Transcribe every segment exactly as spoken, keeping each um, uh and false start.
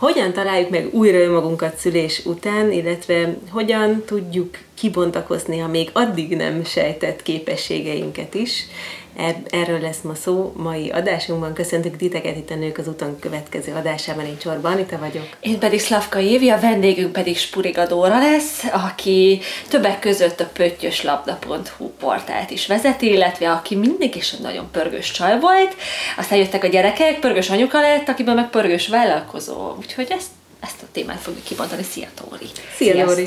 hogyan találjuk meg újra önmagunkat szülés után, illetve hogyan tudjuk kibontakozni a még addig nem sejtett képességeinket is. Erről lesz ma szó mai adásunkban. Köszöntük titeket itt a Nők az úton következő adásában. Én Csorba Anita vagyok. Én pedig Szlavka Évi, a vendégünk pedig Spuriga Dóra lesz, aki többek között a pöttyoslabda pont hu portált is vezeti, illetve aki mindig is nagyon pörgős csaj volt. Aztán jöttek a gyerekek, pörgős anyuka lett, akiből meg pörgős vállalkozó. Úgyhogy ezt, ezt a témát fogjuk kibontani. Szia, Tóri! Szia, Dóri!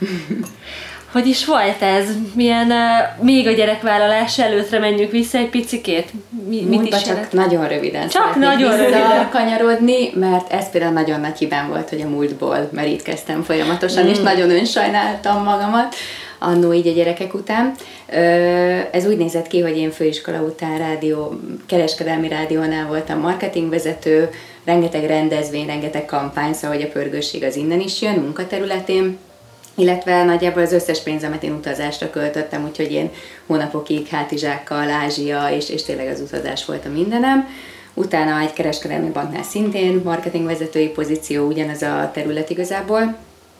Hogy is volt ez? Milyen, uh, még a gyerekvállalás előttre menjünk vissza egy picikét? Mi, mit is csak jelent? nagyon röviden Csak nagyon röviden kanyarodni, mert ez például nagyon nagy hibám volt, hogy a múltból merítkeztem folyamatosan, mm. és nagyon önsajnáltam magamat annó így a gyerekek után. Ez úgy nézett ki, hogy én főiskola után rádió, kereskedelmi rádiónál voltam marketingvezető, rengeteg rendezvény, rengeteg kampány, szóval hogy a pörgősség az innen is jön, munkaterületén, illetve nagyjából az összes pénzemet én utazásra költöttem, úgyhogy én hónapokig hátizsákkal, Ázsia, és, és tényleg az utazás volt a mindenem. Utána egy kereskedelmi banknál szintén marketingvezetői pozíció, ugyanez a terület igazából.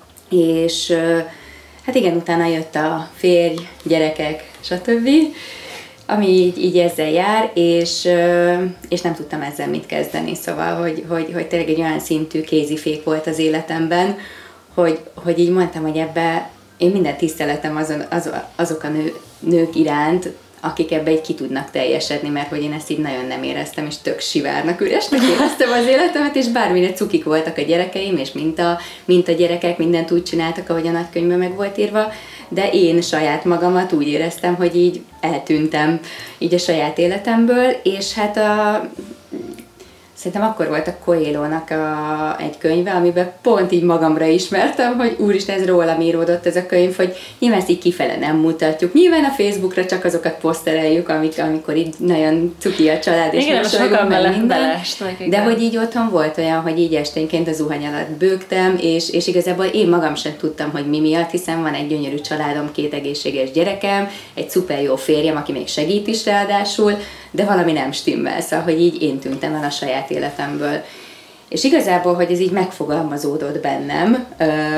És hát igen, utána jött a férj, gyerekek, stb., ami így, így ezzel jár, és, és nem tudtam ezzel mit kezdeni. Szóval, hogy, hogy, hogy tényleg egy olyan szintű kézifék volt az életemben, Hogy, hogy így mondtam, hogy ebbe én minden tiszteletem azon, az, azok a nő, nők iránt, akik ebbe így ki tudnak teljesedni, mert hogy én ezt így nagyon nem éreztem, és tök sivárnak, üresnek éreztem az életemet, és bármire cukik voltak a gyerekeim, és mint a, mint a gyerekek, mindent úgy csináltak, ahogy a nagykönyvben meg volt írva, de én saját magamat úgy éreztem, hogy így eltűntem így a saját életemből, és hát a Szerintem akkor volt a Coelho-nak a, egy könyve, amiben pont így magamra ismertem, hogy úristen, ez rólam íródott ez a könyv, hogy nyilván ezt így kifele nem mutatjuk. Nyilván a Facebookra csak azokat posztereljük, amik, amikor így nagyon cuki a család, és mosolygunk meg minden. De hogy így otthon volt olyan, hogy így esténként a zuhany alatt bőgtem, és, és igazából én magam sem tudtam, hogy mi miatt, hiszen van egy gyönyörű családom, két egészséges gyerekem, egy szuper jó férjem, aki még segít is ráadásul, de valami nem stimmel, szóval, hogy így én tűntem el a saját életemből. És igazából, hogy ez így megfogalmazódott bennem,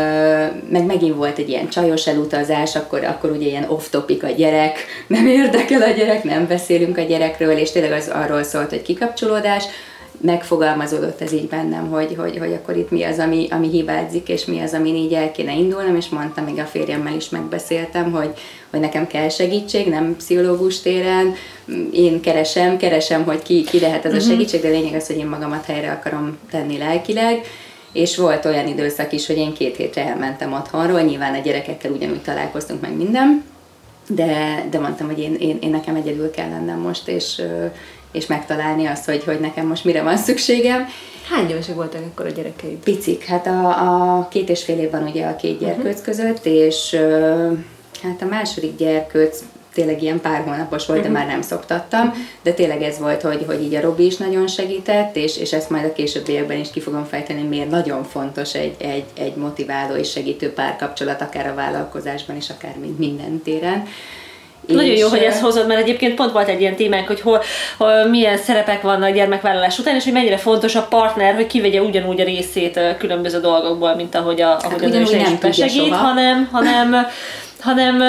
meg megint volt egy ilyen csajos elutazás, akkor, akkor ugye ilyen off-topic a gyerek, nem érdekel a gyerek, nem beszélünk a gyerekről, és tényleg az arról szólt, hogy kikapcsolódás, megfogalmazódott ez így bennem, hogy, hogy, hogy akkor itt mi az, ami, ami hibázik, és mi az, amin így el kéne indulnom, és mondtam, még a férjemmel is megbeszéltem, hogy, hogy nekem kell segítség, nem pszichológus téren, én keresem, keresem, hogy ki, ki lehet ez a segítség, de lényeg az, hogy én magamat helyre akarom tenni lelkileg, és volt olyan időszak is, hogy én két hétre elmentem otthonról, nyilván a gyerekekkel ugyanúgy találkoztunk meg minden, de, de mondtam, hogy én, én, én nekem egyedül kell lennem most, és és megtalálni azt, hogy, hogy nekem most mire van szükségem. Hány évesek voltak akkor a gyerekeid? Picik, hát a, a két és fél év van ugye a két gyerkőc uh-huh. között, és hát a második gyerkőc tényleg ilyen pár hónapos volt, uh-huh. de már nem szoptattam, uh-huh. de tényleg ez volt, hogy, hogy így a Robi is nagyon segített, és, és ezt majd a későbbiekben is ki fogom fejteni, miért nagyon fontos egy, egy, egy motiváló és segítő párkapcsolat, akár a vállalkozásban is, akár minden téren. Nagyon jó, hogy ezt hozod, mert egyébként pont volt egy ilyen témánk, hogy hol, hol milyen szerepek vannak gyermekvállalás után, és hogy mennyire fontos a partner, hogy kivegye ugyanúgy a részét különböző dolgokból, mint ahogy a, ahogy hát a nő is besegít, hanem, hanem, hanem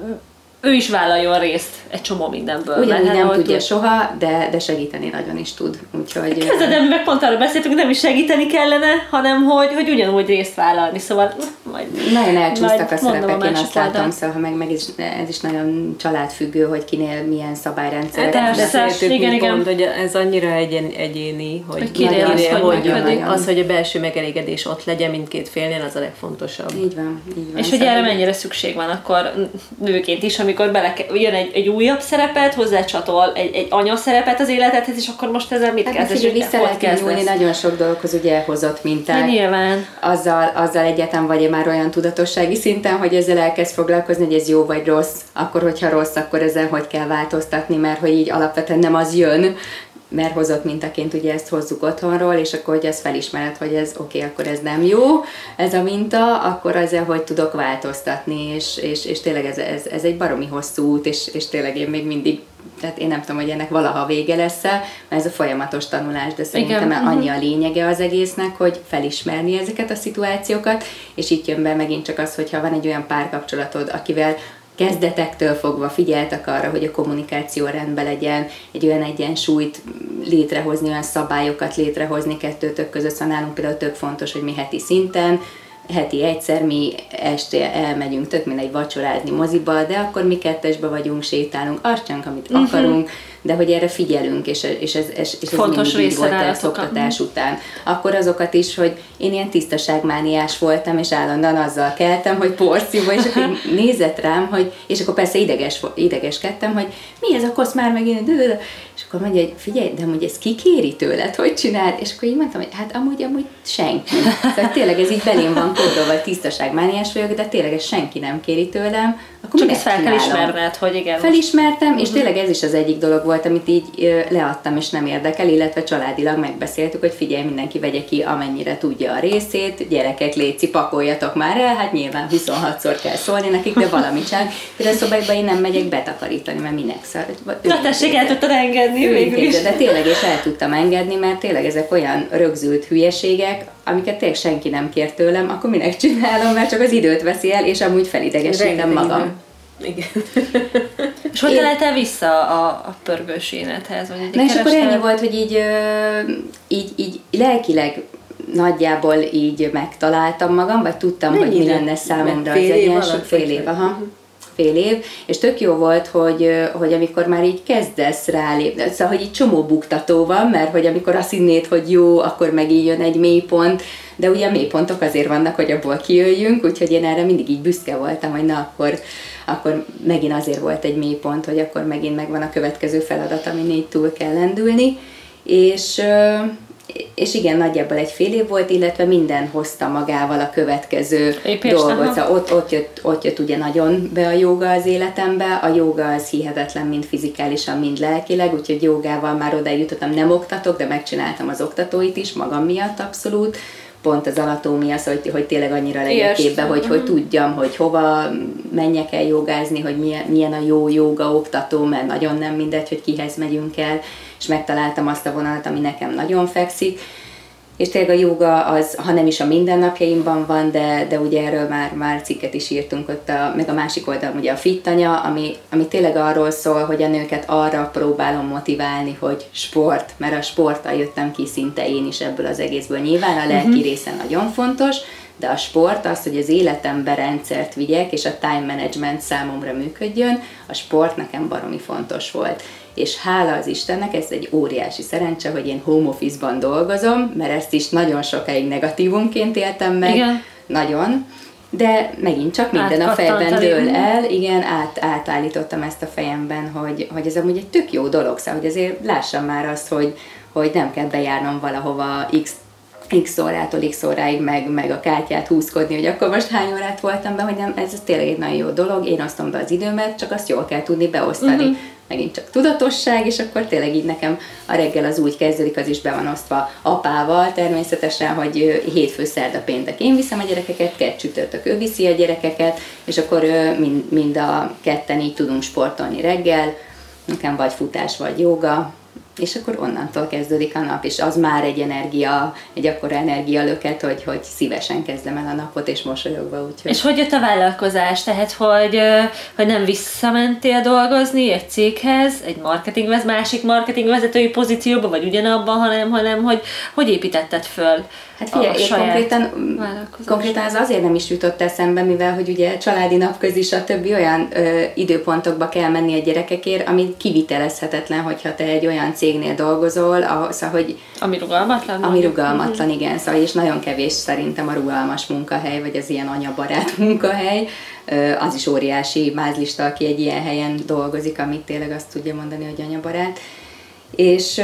ő is vállaljon részt egy csomó mindenből. Ugyanúgy nem tudja tud... soha, de, de segíteni nagyon is tud. Úgyhogy... Kezdetben meg pont arra beszéltünk, nem is segíteni kellene, hanem hogy, hogy ugyanúgy részt vállalni. Szóval majd... Nagyon elcsúsztak a szerepek, én azt látom, szóval meg, meg is, ez is nagyon családfüggő, hogy kinél milyen szabályrendszerek. Beszéltük, igen, igen. Pont, hogy ez annyira egyen, egyéni, hogy, hogy kinél az, hogy, hogy nagyon, az, hogy a belső megelégedés ott legyen mindkét félnél, az a legfontosabb. Így van, így van. És hogy erre mennyire szükség van akkor nőként is, amikor bele jön egy, egy újabb szerepet, hozzácsatol egy, egy anya szerepet az életedhez, és akkor most ezzel mit hát kezdesz? Hát vissza lehet nyúlni nagyon sok dologhoz, ugye elhozott minták. De nyilván. Azzal, azzal egyáltalán vagy már olyan tudatossági szinten, hogy ezzel elkezd foglalkozni, hogy ez jó vagy rossz, akkor hogyha rossz, akkor ezzel hogy kell változtatni, mert hogy így alapvetően nem az jön, mert hozott mintaként ugye ezt hozzuk otthonról, és akkor, hogy ezt felismered, hogy ez oké, okay, akkor ez nem jó, ez a minta, akkor azért, hogy tudok változtatni, és, és, és tényleg ez, ez, ez egy baromi hosszú út, és, és tényleg én még mindig, tehát én nem tudom, hogy ennek valaha vége lesz-e, mert ez a folyamatos tanulás, de szerintem igen. annyi a lényege az egésznek, hogy felismerni ezeket a szituációkat, és itt jön be megint csak az, hogyha van egy olyan párkapcsolatod, akivel kezdetektől fogva figyeltek arra, hogy a kommunikáció rendben legyen, egy olyan egyensúlyt létrehozni, olyan szabályokat létrehozni kettőtök között, szóval nálunk például tök fontos, hogy mi heti szinten, heti egyszer mi este elmegyünk tök mindegy vacsorázni moziba, de akkor mi kettesbe vagyunk, sétálunk, azt csinálunk, amit uh-huh. akarunk, de hogy erre figyelünk, és, és ez, ez, és ez mindig így volt el szoktatás után. Akkor azokat is, hogy én ilyen tisztaságmániás voltam, és állandóan azzal keltem, hogy porszívó, és akkor nézett rám, hogy, és akkor persze ideges, idegeskedtem, hogy mi ez a kosz már megint, és akkor mondja, hogy figyelj, de hogy ez ki kéri tőled, hogy csináld? És akkor így mondtam, hogy hát amúgy, amúgy senki. Tehát tényleg ez így belém van kódolva, hogy tisztaságmániás vagyok, de tényleg ez senki nem kéri tőlem. Akkor csak ezt fel kell ismerned, hogy igen. Felismertem, most. És tényleg ez is az egyik dolog volt, amit így leadtam, és nem érdekel, illetve családilag megbeszéltük, hogy figyelj, mindenki vegye ki, amennyire tudja a részét, gyerekek, léci, pakoljatok már el, hát nyilván huszonhatszor kell szólni nekik, de valamit sem. Például a szobákban én nem megyek betakarítani, mert minek szar. Na tessék, el tudtad engedni végül is. De tényleg, és el tudtam engedni, mert tényleg ezek olyan rögzült hülyeségek, amiket tényleg senki nem kér tőlem, akkor minek csinálom, mert csak az időt veszi el, és amúgy felidegesítem magam. Igen. És hogy találtál vissza a, a pörgős énethez? Vagy na és akkor ennyi volt, hogy így, így, így lelkileg nagyjából így megtaláltam magam, vagy tudtam, mennyi hogy mi lenne számomra az egyensúly. Fél év, aha. Uh-huh. Fél év, és tök jó volt, hogy, hogy amikor már így kezdesz rálépni, szóval, hogy így csomó buktató van, mert hogy amikor azt hinnéd, hogy jó, akkor meg így jön egy mélypont, de ugye a mélypontok azért vannak, hogy abból kijöjjünk, úgyhogy én erre mindig így büszke voltam, hogy na akkor, akkor megint azért volt egy mélypont, hogy akkor megint megvan a következő feladat, amin így túl kell lendülni, és... és igen, nagyjából egy fél év volt, illetve minden hozta magával a következő Épés, dolgot. Szóval ott, ott, jött, ott jött ugye nagyon be a jóga az életembe, a jóga az hihetetlen, mind fizikálisan, mind lelkileg, úgyhogy jogával már oda jutottam, nem oktatok, de megcsináltam az oktatóit is, magam miatt abszolút, pont az anatómia, szóval, hogy, hogy tényleg annyira legyek képbe, hogy, uh-huh. hogy tudjam, hogy hova menjek el jogázni, hogy milyen, milyen a jó jóga oktató, mert nagyon nem mindegy, hogy kihez megyünk el, és megtaláltam azt a vonalat, ami nekem nagyon fekszik, és tényleg a jóga az, ha nem is a mindennapjaimban van, de, de ugye erről már, már cikket is írtunk ott, a, meg a másik oldalon ugye a Fit Anya, ami, ami tényleg arról szól, hogy a nőket arra próbálom motiválni, hogy sport, mert a sporttal jöttem ki szinte én is ebből az egészből. Nyilván a lelki uh-huh. része nagyon fontos, de a sport az, hogy az életembe rendszert vigyek, és a time management számomra működjön, a sport nekem baromi fontos volt. És hála az Istennek, ez egy óriási szerencse, hogy én home office-ban dolgozom, mert ezt is nagyon sokáig negatívumként éltem meg, igen. nagyon, de megint csak minden a fejben dől el, igen, át, átállítottam ezt a fejemben, hogy, hogy ez amúgy egy tök jó dolog, szóval, hogy azért lássam már azt, hogy, hogy nem kell bejárnom valahova x x órától x óráig, meg, meg a kártyát húzkodni, hogy akkor most hány órát voltam be, hogy nem, ez, ez tényleg egy nagyon jó dolog, én osztom be az időmet, csak azt jól kell tudni beosztani. Uh-huh. Megint csak tudatosság, és akkor tényleg így nekem a reggel az úgy kezdődik, az is be van osztva apával természetesen, hogy hétfő, szerda, péntek én viszem a gyerekeket, kett csütörtök ő viszi a gyerekeket, és akkor mind, mind a ketten így tudunk sportolni reggel, nekem vagy futás, vagy jóga, és akkor onnantól kezdődik a nap, és az már egy energia, egy akkora energialöket, hogy, hogy szívesen kezdem el a napot, és mosolyogva. Úgyhogy. És hogy jött a vállalkozás? Tehát, hogy, hogy nem visszamentél dolgozni egy céghez, egy marketing, másik marketingvezetői pozícióba, vagy ugyanabban, hanem, hanem hogy, hogy építetted föl hát figyelj, én konkrétan, konkrétan ez azért nem is jutott eszembe, mivel hogy ugye családi napközi, stb. Olyan ö, időpontokba kell menni a gyerekekért, ami kivitelezhetetlen, hogyha te egy olyan cégnél dolgozol, ahol, szóval, hogy... Ami rugalmatlan? Ami rugalmatlan, uh-huh. igen, szóval, és nagyon kevés szerintem a rugalmas munkahely, vagy az ilyen anyabarát munkahely, ö, az is óriási mázlista, aki egy ilyen helyen dolgozik, amit tényleg azt tudja mondani, hogy anyabarát. És... Ö,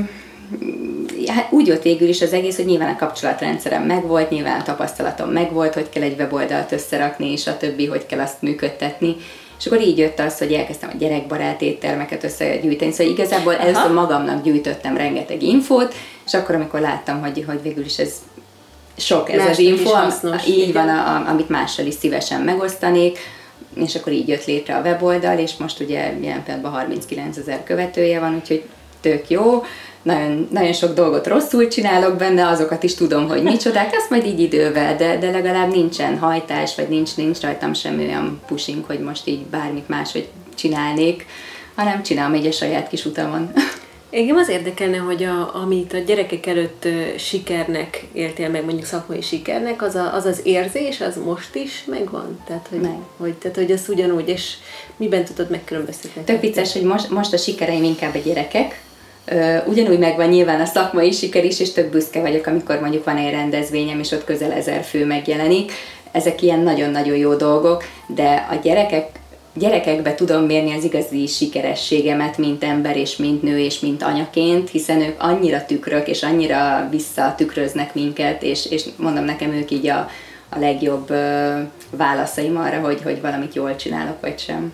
hát úgy jött végül is az egész, hogy nyilván a kapcsolatrendszerem megvolt, nyilván a tapasztalatom megvolt, hogy kell egy weboldalt összerakni, és a többi, hogy kell azt működtetni, És akkor így jött az, hogy elkezdtem a gyerekbarát éttermeket összegyűjteni, szóval igazából először magamnak gyűjtöttem rengeteg infót, és akkor, amikor láttam, hogy, hogy végül is ez sok ez Másnak az info, hasznos, így igen. van, a, amit mással is szívesen megosztanék, és akkor így jött létre a weboldal, és most ugye jelen pillanatban harminckilencezer követője van, úgyhogy tök jó. Nagyon, nagyon sok dolgot rosszul csinálok benne, azokat is tudom, hogy micsodák, azt majd így idővel, de, de legalább nincsen hajtás, vagy nincs, nincs rajtam semmi olyan pushing, hogy most így bármit máshogy csinálnék, hanem csinálom így a saját kis utamon. Engem az érdekelne, hogy a, amit a gyerekek előtt uh, sikernek éltél meg, mondjuk szakmai sikernek, az, a, az az érzés, az most is megvan? Tehát, hogy, meg. hogy, tehát, hogy az ugyanúgy, és miben tudod megkülönböztetni? Tök vicces, hogy most, most a sikereim inkább a gyerekek, ugyanúgy megvan nyilván a szakmai siker is, és tök büszke vagyok, amikor mondjuk van egy rendezvényem, és ott közel ezer fő megjelenik. Ezek ilyen nagyon-nagyon jó dolgok, de a gyerekek, gyerekekbe tudom mérni az igazi sikerességemet, mint ember, és mint nő, és mint anyaként, hiszen ők annyira tükrök, és annyira visszatükröznek minket, és, és mondom nekem, ők így a, a legjobb válaszaim arra, hogy, hogy valamit jól csinálok, vagy sem.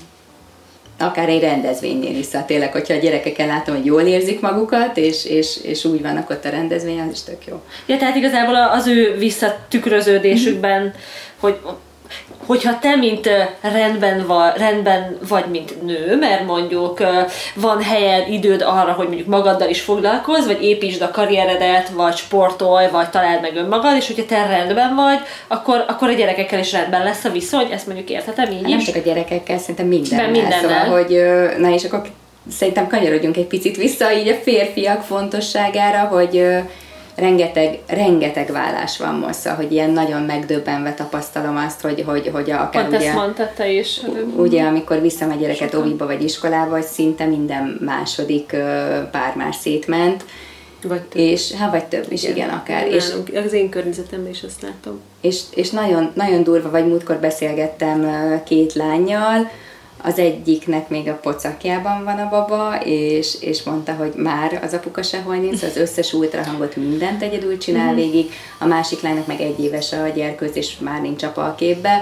Akár egy rendezvénynél is, szóval tényleg, hogyha a gyerekeken látom, hogy jól érzik magukat, és, és, és úgy vannak ott a rendezvényen, az is tök jó. Ja, tehát igazából az ő visszatükröződésükben, mm-hmm. hogy hogyha te, mint rendben, vagy, rendben vagy, mint nő, mert mondjuk van helyed, időd arra, hogy mondjuk magaddal is foglalkozz, vagy építsd a karrieredet, vagy sportolj, vagy találd meg önmagad, és hogyha te rendben vagy, akkor, akkor a gyerekekkel is rendben lesz a viszony, ezt mondjuk érthetem így is? Nem csak a gyerekekkel, szerintem mindennel. mindennel. Szóval, hogy, na és akkor szerintem kanyarodjunk egy picit vissza így a férfiak fontosságára, hogy rengeteg, rengeteg vállás van most, szóval, hogy ilyen nagyon megdöbbenve tapasztalom azt, hogy, hogy, hogy akár Pont ugye... ezt mondtad te is. Ugye, amikor viszem a gyereket Sokan. óviba vagy iskolába, hogy szinte minden második pár már szétment. Vagy több. És, hát vagy több is, igen, igen akár. És, az én környezetemben is azt látom. És, és nagyon, nagyon durva, vagy múltkor beszélgettem két lánnyal, az egyiknek még a pocakjában van a baba, és, és mondta, hogy már az apuka sehol nincs, az összes ultrahangot mindent egyedül csinál végig, a másik lánynak meg egy éves a gyerkőc, és már nincs apa a képbe.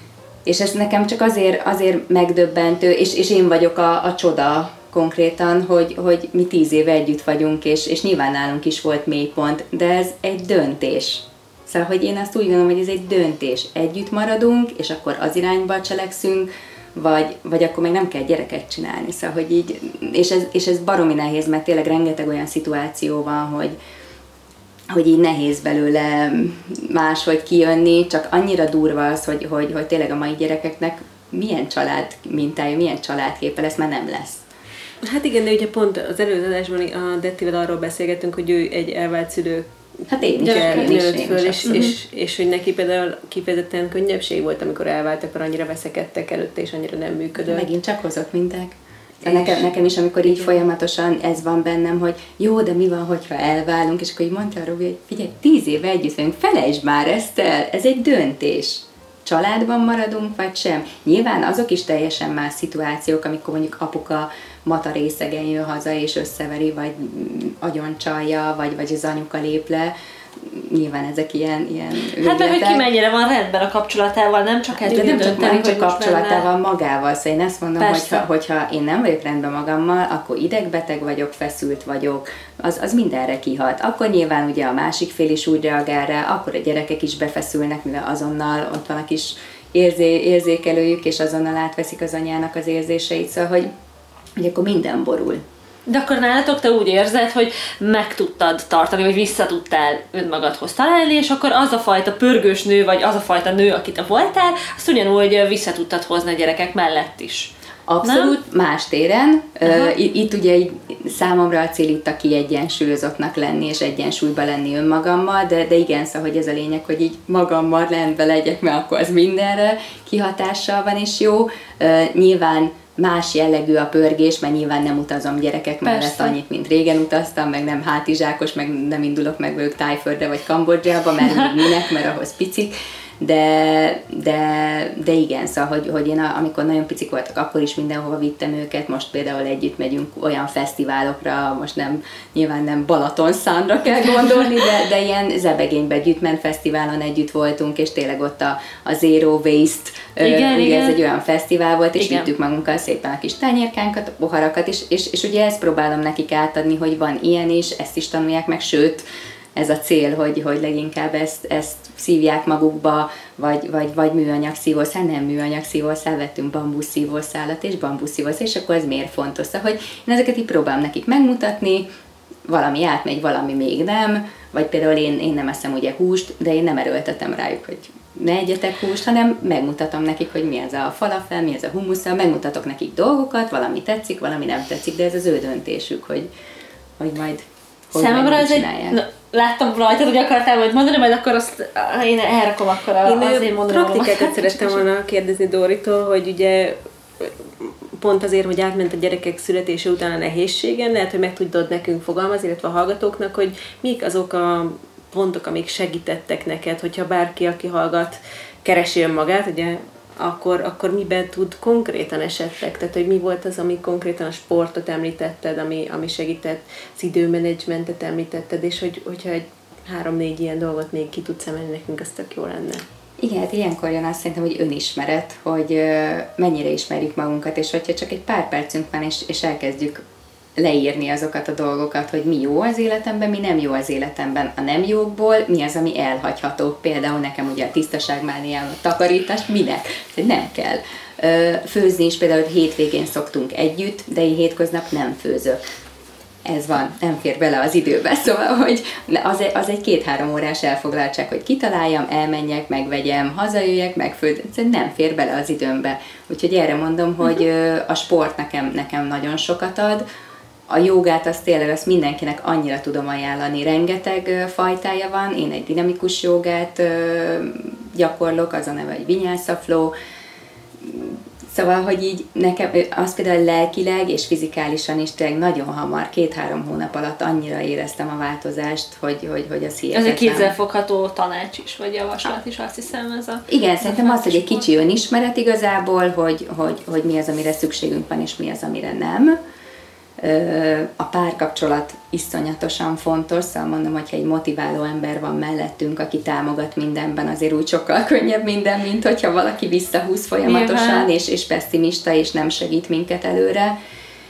És ez nekem csak azért, azért megdöbbentő, és, és én vagyok a, a csoda konkrétan, hogy, hogy mi tíz éve együtt vagyunk, és, és nyilván nálunk is volt mélypont, de ez egy döntés. Szóval, hogy én azt úgy gondolom, hogy ez egy döntés. Együtt maradunk, és akkor az irányba cselekszünk, Vagy, vagy akkor meg nem kell gyereket csinálni. Szóval, hogy így, és, ez, és ez baromi nehéz, mert tényleg rengeteg olyan szituáció van, hogy, hogy így nehéz belőle máshogy kijönni, csak annyira durva az, hogy, hogy, hogy tényleg a mai gyerekeknek milyen család mintája, milyen családképe lesz, már nem lesz. Hát igen, de ugye pont az előző adásban a Dettivel arról beszélgettünk, hogy ő egy elvált szülő Hát én is, én nőtt is, föl, én és, és, és, és hogy neki például kifejezetten könnyebbség volt, amikor elváltak, mert annyira veszekedtek előtte, és annyira nem működött. Megint csak hozott minták. Nekem, nekem is, amikor így folyamatosan ez van bennem, hogy jó, de mi van, hogyha elválunk, és akkor így mondta a Robi, hogy figyelj, tíz éve együtt vagyunk, felejtsd már ezt el, ez egy döntés. Családban maradunk, vagy sem. Nyilván azok is teljesen más szituációk, amikor mondjuk apuka mata részegen jön haza, és összeveri, vagy agyoncsalja, vagy, vagy az anyuka lép le. Nyilván ezek ilyen, ilyen hát mert hogy ki mennyire van rendben a kapcsolatával, nem csak ez. De nem csak, nem csak kapcsolatával, benne... magával. Szóval én ezt mondom, hogyha, hogyha én nem vagyok rendben magammal, akkor idegbeteg vagyok, feszült vagyok, az, az mindenre kihat. Akkor nyilván ugye a másik fél is úgy reagál rá, akkor a gyerekek is befeszülnek, mivel azonnal ott van a kis érzé, érzékelőjük, és azonnal átveszik az anyának az érzéseit, szóval, hogy, hogy akkor minden borul. De akkor nálatok te úgy érzed, hogy meg tudtad tartani, vagy vissza tudtál önmagadhoz találni, és akkor az a fajta pörgős nő, vagy az a fajta nő, akit te voltál, azt ugyanúgy vissza tudtad hozni a gyerekek mellett is. Abszolút, nem? Más téren. Uh, itt ugye számomra a cél itt a kiegyensúlyozottnak lenni, és egyensúlyban lenni önmagammal, de, de igen, szóval, hogy ez a lényeg, hogy így magammal rendben legyek, mert akkor az mindenre kihatással van, és jó. Uh, nyilván más jellegű a pörgés, mert nyilván nem utazom gyerekek mellett Persze. annyit, mint régen utaztam, meg nem hátizsákos, meg nem indulok meg velük Tájföldre vagy Kambodzsába, mert még minek, mert ahhoz picik. de, de, de igen, szóval, hogy, hogy én amikor nagyon picik voltak, akkor is mindenhova vittem őket, most például együtt megyünk olyan fesztiválokra, most nem, nyilván nem Balatonszánra kell gondolni, de, de ilyen Zebegényben Gyütmen fesztiválon együtt voltunk, és tényleg ott a, a Zero Waste, igen, ugye igen. Ez egy olyan fesztivál volt, és igen. Vittük magunkkal szépen a kis tányérkánkat, a poharakat, és, és, és ugye ezt próbálom nekik átadni, hogy van ilyen is, ezt is tanulják meg, sőt, ez a cél, hogy, hogy leginkább ezt, ezt szívják magukba, vagy, vagy, vagy műanyag szívószál, nem műanyag szívószál, vettünk bambusz szívószálat és bambusz szívószál, és akkor ez miért fontos? Szóval, hogy én ezeket így próbálom nekik megmutatni, valami átmegy, valami még nem, vagy például én, én nem eszem ugye húst, de én nem erőltetem rájuk, hogy ne egyetek húst, hanem megmutatom nekik, hogy mi ez a falafel, mi ez a humusza, megmutatok nekik dolgokat, valami tetszik, valami nem tetszik, de ez az ő döntésük, hogy, hogy majd hogy számomra ez egy, na, láttam rajtad, hogy akartál majd mondani, majd akkor azt én elrakom akkor a, én az én mondani. Praktikákat szerettem volna kérdezni Dóritól, hogy ugye pont azért, hogy átment a gyerekek születése után a nehézségen, lehet, hogy meg tudod nekünk fogalmazni, illetve a hallgatóknak, hogy mik azok a pontok, amik segítettek neked, hogyha bárki, aki hallgat, keresi önmagát, ugye, akkor, akkor miben tud konkrétan esetleg? Tehát, hogy mi volt az, ami konkrétan a sportot említetted, ami, ami segített, az időmenedzsmentet említetted, és hogy, hogyha egy három-négy ilyen dolgot még ki tudsz emelni nekünk, az tök jó lenne. Igen, hát ilyenkor jön azt szerintem, hogy önismeret, hogy mennyire ismerjük magunkat, és hogyha csak egy pár percünk van, és, és elkezdjük leírni azokat a dolgokat, hogy mi jó az életemben, mi nem jó az életemben. A nem jókból mi az, ami elhagyható. Például nekem ugye a tisztaságmániám, a takarítás, minek? Nem kell. Főzni is például hétvégén szoktunk együtt, de én hétköznap nem főzök. Ez van, nem fér bele az időbe, szóval, hogy az, az egy két-három órás elfoglaltság, hogy kitaláljam, elmenjek, megvegyem, hazajöjjek, megfőzzem, nem fér bele az időmbe. Úgyhogy erre mondom, hogy a sport nekem, nekem nagyon sokat ad, a jogát azt tényleg azt mindenkinek annyira tudom ajánlani, rengeteg fajtája van, én egy dinamikus jogát gyakorlok, az a neve, hogy Vinyasa Flow, szóval, hogy így nekem, az például lelkileg és fizikálisan is tényleg nagyon hamar, két-három hónap alatt annyira éreztem a változást, hogy, hogy, hogy az hihetetlen. Ez egy kézzelfogható tanács is, vagy javaslat is, azt hiszem ez a... Igen, szerintem az, hogy egy kicsi önismeret igazából, hogy, hogy, hogy mi az, amire szükségünk van, és mi az, amire nem. A párkapcsolat iszonyatosan fontos, szóval mondom, hogyha egy motiváló ember van mellettünk, aki támogat mindenben, azért úgy sokkal könnyebb minden, mint hogyha valaki visszahúz folyamatosan, és, és pessimista, és nem segít minket előre.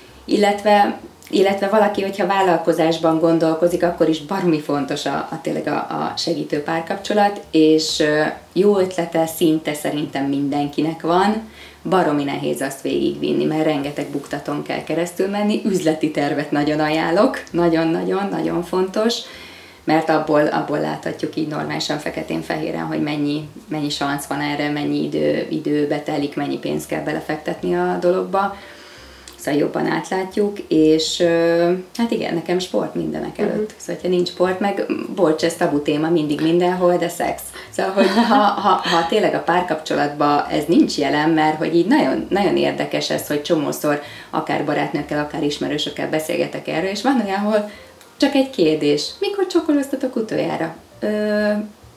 Illetve, illetve valaki, hogyha vállalkozásban gondolkozik, akkor is baromi fontos a, a tényleg a, a segítő párkapcsolat, és jó ötlete szinte szerintem mindenkinek van, baromi nehéz azt végigvinni, mert rengeteg buktaton kell keresztül menni, üzleti tervet nagyon ajánlok, nagyon-nagyon-nagyon fontos, mert abból, abból láthatjuk így normálisan feketén-fehéren, hogy mennyi, mennyi szansz van erre, mennyi idő, időbe telik, mennyi pénzt kell belefektetni a dologba, szóval jobban átlátjuk, és hát igen, nekem sport mindenek előtt. Uh-huh. Szóval, ha nincs sport, meg bocs, ez tabu téma mindig mindenhol, de szex. Szóval, hogy ha, ha, ha tényleg a párkapcsolatban ez nincs jelen, mert hogy így nagyon, nagyon érdekes ez, hogy csomószor akár barátnőkkel, akár ismerősökkel beszélgetek erről, és van olyan, ahol csak egy kérdés. Mikor csokoloztatok utoljára? Ö,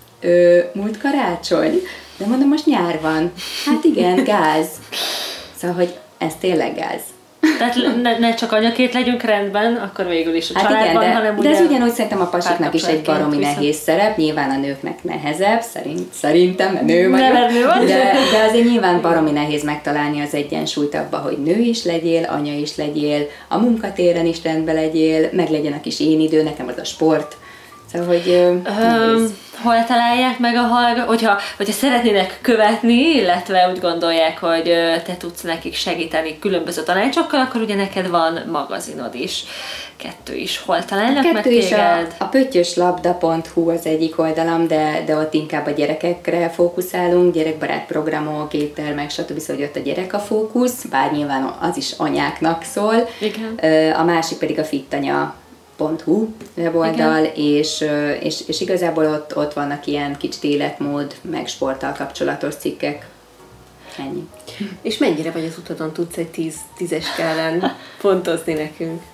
ö, múlt karácsony? De mondom, most nyár van. Hát igen, gáz. Szóval, hogy ez tényleg gáz. Tehát ne, ne csak anyaként legyünk rendben, akkor végül is a hát családban, igen, de, hanem de ez ugyanúgy szerintem a pasiknak is egy baromi viszont nehéz szerep, nyilván a nőknek nehezebb, szerint, szerintem, mert nő vagyok, de, de azért nyilván baromi nehéz megtalálni az egyensúlyt abba, hogy nő is legyél, anya is legyél, a munkatéren is rendben legyél, meg legyen a kis én idő, nekem az a sport. Szóval, hogy... Um, hol találják meg a hallgatók, hogyha, hogyha szeretnének követni, illetve úgy gondolják, hogy te tudsz nekik segíteni különböző tanácsokkal, akkor ugye neked van magazinod is. Kettő is. Hol találnak Kettő meg téged? A, a pöttyöslabda pont hu az egyik oldalam, de, de ott inkább a gyerekekre fókuszálunk, gyerekbarát programok, éttermek, stb. Szóval ott a gyerek a fókusz, bár nyilván az is anyáknak szól. Igen. A másik pedig a fittanya pont hu weboldal, és, és, és igazából ott, ott vannak ilyen kicsit életmód, meg sporttal kapcsolatos cikkek. Ennyi. És mennyire vagy az utadon, tudsz egy tíz, tízes skálán pontozni nekünk?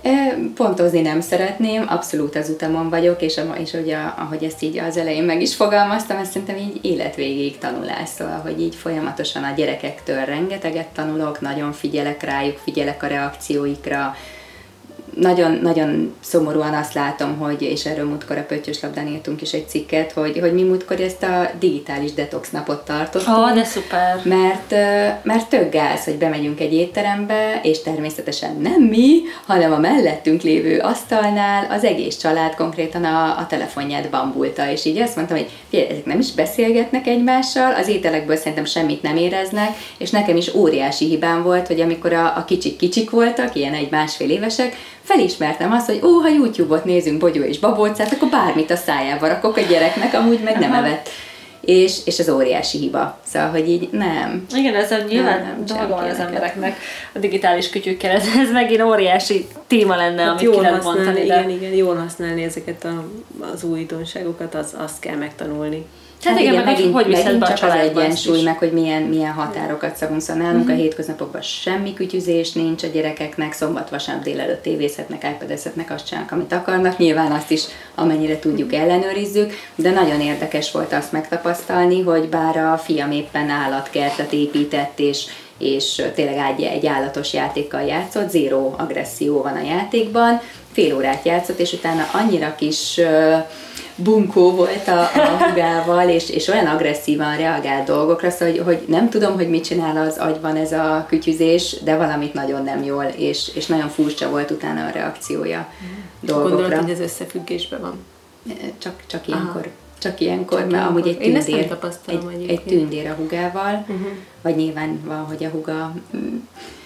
Pontozni nem szeretném, abszolút az utamon vagyok, és, és ugye, ahogy ezt így az elején meg is fogalmaztam, ezt szerintem így életvégéig tanulás, szóval, hogy így folyamatosan a gyerekektől rengeteget tanulok, nagyon figyelek rájuk, figyelek a reakcióikra, Nagyon, nagyon szomorúan azt látom, hogy, és erről múltkor a Pöttyös Labdán írtunk is egy cikket, hogy, hogy mi múltkor ezt a digitális detox napot tartottunk. Ó, de szuper! Mert, mert tök gáz, hogy bemegyünk egy étterembe, és természetesen nem mi, hanem a mellettünk lévő asztalnál az egész család konkrétan a, a telefonját bambulta, és így azt mondtam, hogy figyelj, ezek nem is beszélgetnek egymással, az ételekből szerintem semmit nem éreznek, és nekem is óriási hibám volt, hogy amikor a, a kicsik kicsik voltak, ilyen egy másfél évesek, felismertem azt, hogy ó, ha YouTube-ot nézünk Bogyó és Babócát, akkor bármit a szájába rakok a gyereknek, amúgy meg nem evett. És, és ez óriási hiba. Szóval, hogy így nem. Igen, ez a nyilván dolga van az embereknek a digitális kütyükkel. Ez, ez megint óriási téma lenne, hát amit ki lehet mondani. Igen, igen, jól használni ezeket a, az újdonságokat, az, azt kell megtanulni. Hát, hát igen, meg megint, hogy viszed be a csak az egyensúly, meg hogy milyen, milyen határokat szabunk. Szóval nálunk uh-huh. a hétköznapokban semmi kütyüzés nincs a gyerekeknek, szombat-vasárnap délelőtt tévézhetnek, iPad-ezhetnek, azt csinálnak, amit akarnak. Nyilván azt is, amennyire tudjuk, ellenőrizzük, de nagyon érdekes volt azt megtapasztalni, hogy bár a fiam éppen állatkertet épített, és és tényleg egy állatos játékkal játszott, zéró agresszió van a játékban, fél órát játszott, és utána annyira kis bunkó volt a, a hugával, és, és olyan agresszívan reagált dolgokra, szóval, hogy, hogy nem tudom, hogy mit csinál az agyban ez a kütyüzés, de valamit nagyon nem jól, és, és nagyon furcsa volt utána a reakciója mm. dolgokra. Gondolod, hogy ez összefüggésben van? Csak, csak ilyenkor. Aha. Csak ilyenkor, csak mert amúgy egy tündér, egy, egy tündér a hugával, uh-huh. vagy nyilván van, hogy a huga mm,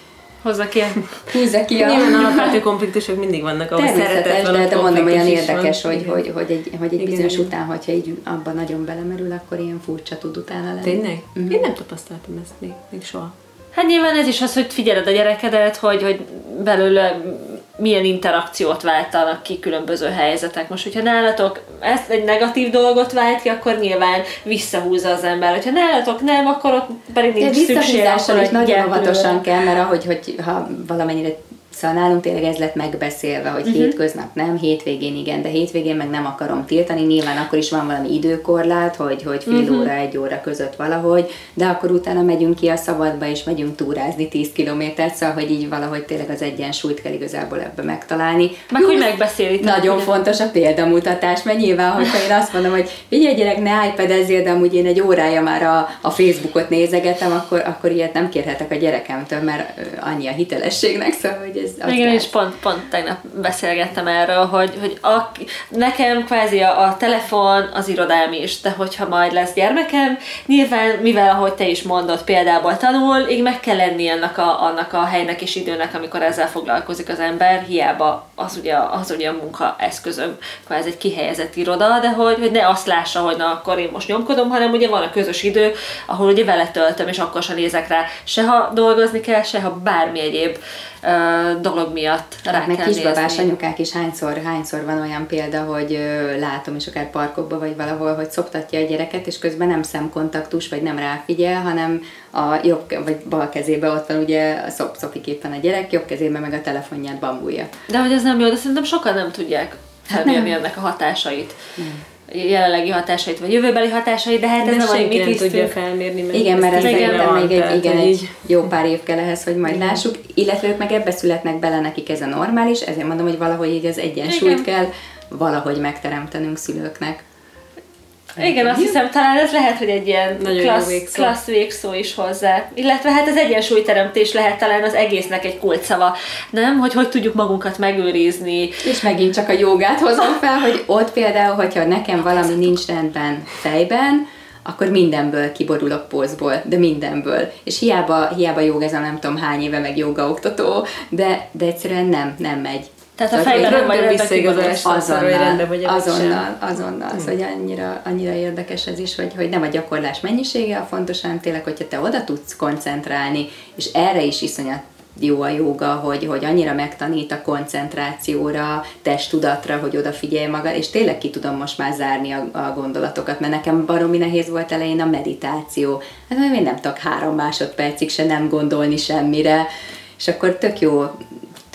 hozza ki a... húzza ki a... Nyilván alapvető konfliktusok mindig vannak, ahol szeretet van, de, de mondom, olyan érdekes, hogy, hogy, hogy egy, hogy egy bizonyos igen. után, hogyha így abban nagyon belemerül, akkor ilyen furcsa tud utána lenni. Tényleg? Uh-huh. Én nem tapasztaltam ezt még, még soha. Hát nyilván ez is az, hogy figyeled a gyerekedet, hogy, hogy belőle milyen interakciót váltanak ki különböző helyzetek. Most, hogyha nálatok ezt egy negatív dolgot vált ki, akkor nyilván visszahúzza az ember. Hogyha nálatok nem, akkor ott pedig nincs szükség. Akkor is nagyon óvatosan kell, mert ahogy hogy, ha valamennyire szóval nálunk tényleg ez lett megbeszélve, hogy uh-huh. hétköznap nem, hétvégén igen, de hétvégén meg nem akarom tiltani, nyilván akkor is van valami időkorlát, hogy, hogy fél uh-huh. óra, egy óra között valahogy, de akkor utána megyünk ki a szabadba, és megyünk túrázni tíz kilométert, szóval, hogy így valahogy tényleg az egyensúlyt kell igazából ebbe megtalálni. Meg Jó, hogy megbeszélik. Nagyon fontos a példamutatás, mert nyilván, hogyha én azt mondom, hogy figyelj gyerek, ne iPad-ezzél, de amúgy én egy órája már a, a Facebookot nézegetem, akkor, akkor ilyet nem kérhetek a gyerekemtől, mert annyi a hitelességnek, szóval, hogy ez igen, és pont, pont tegnap beszélgettem erről, hogy, hogy a, nekem kvázi a, a telefon az irodám is, de hogyha majd lesz gyermekem, nyilván, mivel ahogy te is mondod, példából tanul, így meg kell lenni annak a, annak a helynek és időnek, amikor ezzel foglalkozik az ember, hiába az ugye, az ugye a munka eszközöm, kvázi egy kihelyezett iroda, de hogy, hogy ne azt lássa, hogy na akkor én most nyomkodom, hanem ugye van a közös idő, ahol ugye vele töltöm, és akkor sem nézek rá, se ha dolgozni kell, se ha bármi egyéb uh, dolog miatt rá hát, kell meg kisbabás nézni. anyukák is hányszor, hányszor van olyan példa, hogy ö, látom is akár parkokban, vagy valahol, hogy szoptatja a gyereket, és közben nem szemkontaktus, vagy nem ráfigyel, hanem a jobb, vagy bal kezébe ott van ugye a szop, szopik éppen a gyerek, jobb kezébe meg a telefonját bambulja. De hogy ez nem jó, de szerintem sokan nem tudják felmérni hát ennek a hatásait. Nem. Jelenlegi hatásait, vagy jövőbeli hatásait, de hát de ez nem senki nem tudja felmérni. Mert igen, mert ez szerintem még egy, igen, egy így... jó pár év kell ehhez, hogy majd igen. lássuk, illetve ők meg ebbe születnek bele, nekik ez a normális, ezért mondom, hogy valahogy így az egyensúlyt igen. kell valahogy megteremtenünk szülőknek. Igen, azt hiszem, talán ez lehet, hogy egy ilyen klassz, végszó. klassz végszó is hozzá. Illetve hát az egyensúlyteremtés lehet talán az egésznek egy kulcsszava. Nem? Hogy hogy tudjuk magunkat megőrizni. És megint csak a jogát hozom fel, hogy ott például, hogyha nekem valami nincs rendben fejben, akkor mindenből kiborulok pózból, de mindenből. És hiába, hiába jogázom nem tudom hány éve, meg jogaoktató, de, de egyszerűen nem, nem megy. Tehát a fejben nem vagy visszaigazolás azonnal, azonnal, azonnal. Hmm. Szóval annyira, annyira érdekes ez is, hogy, hogy nem a gyakorlás mennyisége a fontos, hanem tényleg, hogyha te oda tudsz koncentrálni, és erre is iszonyat jó a jóga, hogy, hogy annyira megtanít a koncentrációra, testtudatra, hogy odafigyelj magad, és tényleg ki tudom most már zárni a, a gondolatokat, mert nekem baromi nehéz volt elején a meditáció. Hát én nem tudok három másodpercig se nem gondolni semmire, és akkor tök jó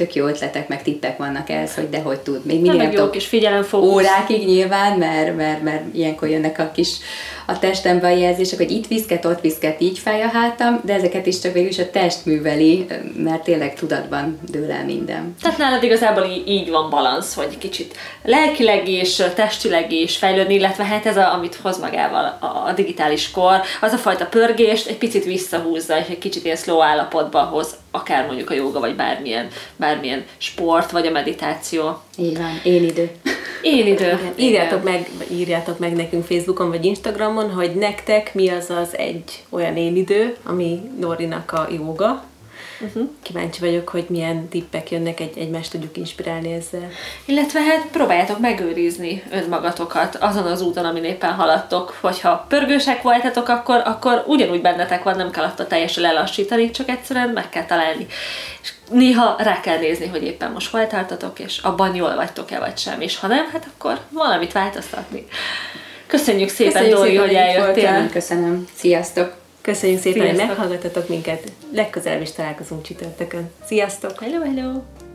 tök jó ötletek, meg tippek vannak ehhez, hogy dehogy tud. Még mindig nem jó kis figyelemfókusz. Órákig nyilván, mert, mert, mert ilyenkor jönnek a kis a testembe a jelzések, hogy itt viszket, ott viszket, így fáj a hátam, de ezeket is csak végül is a test műveli, mert tényleg tudatban dől el minden. Tehát nálad igazából így, így van balansz, hogy kicsit lelkileg és testileg is fejlődni, illetve hát ez, a, amit hoz magával a, a digitális kor, az a fajta pörgést egy picit visszahúzza, és egy kicsit ilyen slow állapotba hoz, akár mondjuk a jóga, vagy bármilyen, bármilyen sport, vagy a meditáció. Így van, én idő. Én idő. Igen, írjátok, meg, írjátok meg nekünk Facebookon vagy Instagramon, hogy nektek mi az az egy olyan én idő, ami Norinak a jóga. Uh-huh. Kíváncsi vagyok, hogy milyen tippek jönnek, egy, egymást tudjuk inspirálni ezzel. Illetve hát próbáljátok megőrizni önmagatokat azon az úton, amin éppen haladtok. Hogyha pörgősek voltatok, akkor, akkor ugyanúgy bennetek van, nem kell attól teljesen lelassítani, csak egyszerűen meg kell találni. És néha rá kell nézni, hogy éppen most hol tartatok, és abban jól vagytok-e vagy sem. És ha nem, hát akkor valamit változtatni. Köszönjük szépen, Köszönjük Dóri, szépen, hogy eljöttél. Köszönöm. Sziasztok! Köszönjük szépen, Sziasztok. hogy meghallgattatok minket. Legközelebb is találkozunk csütörtökön. Sziasztok! Hello, hello!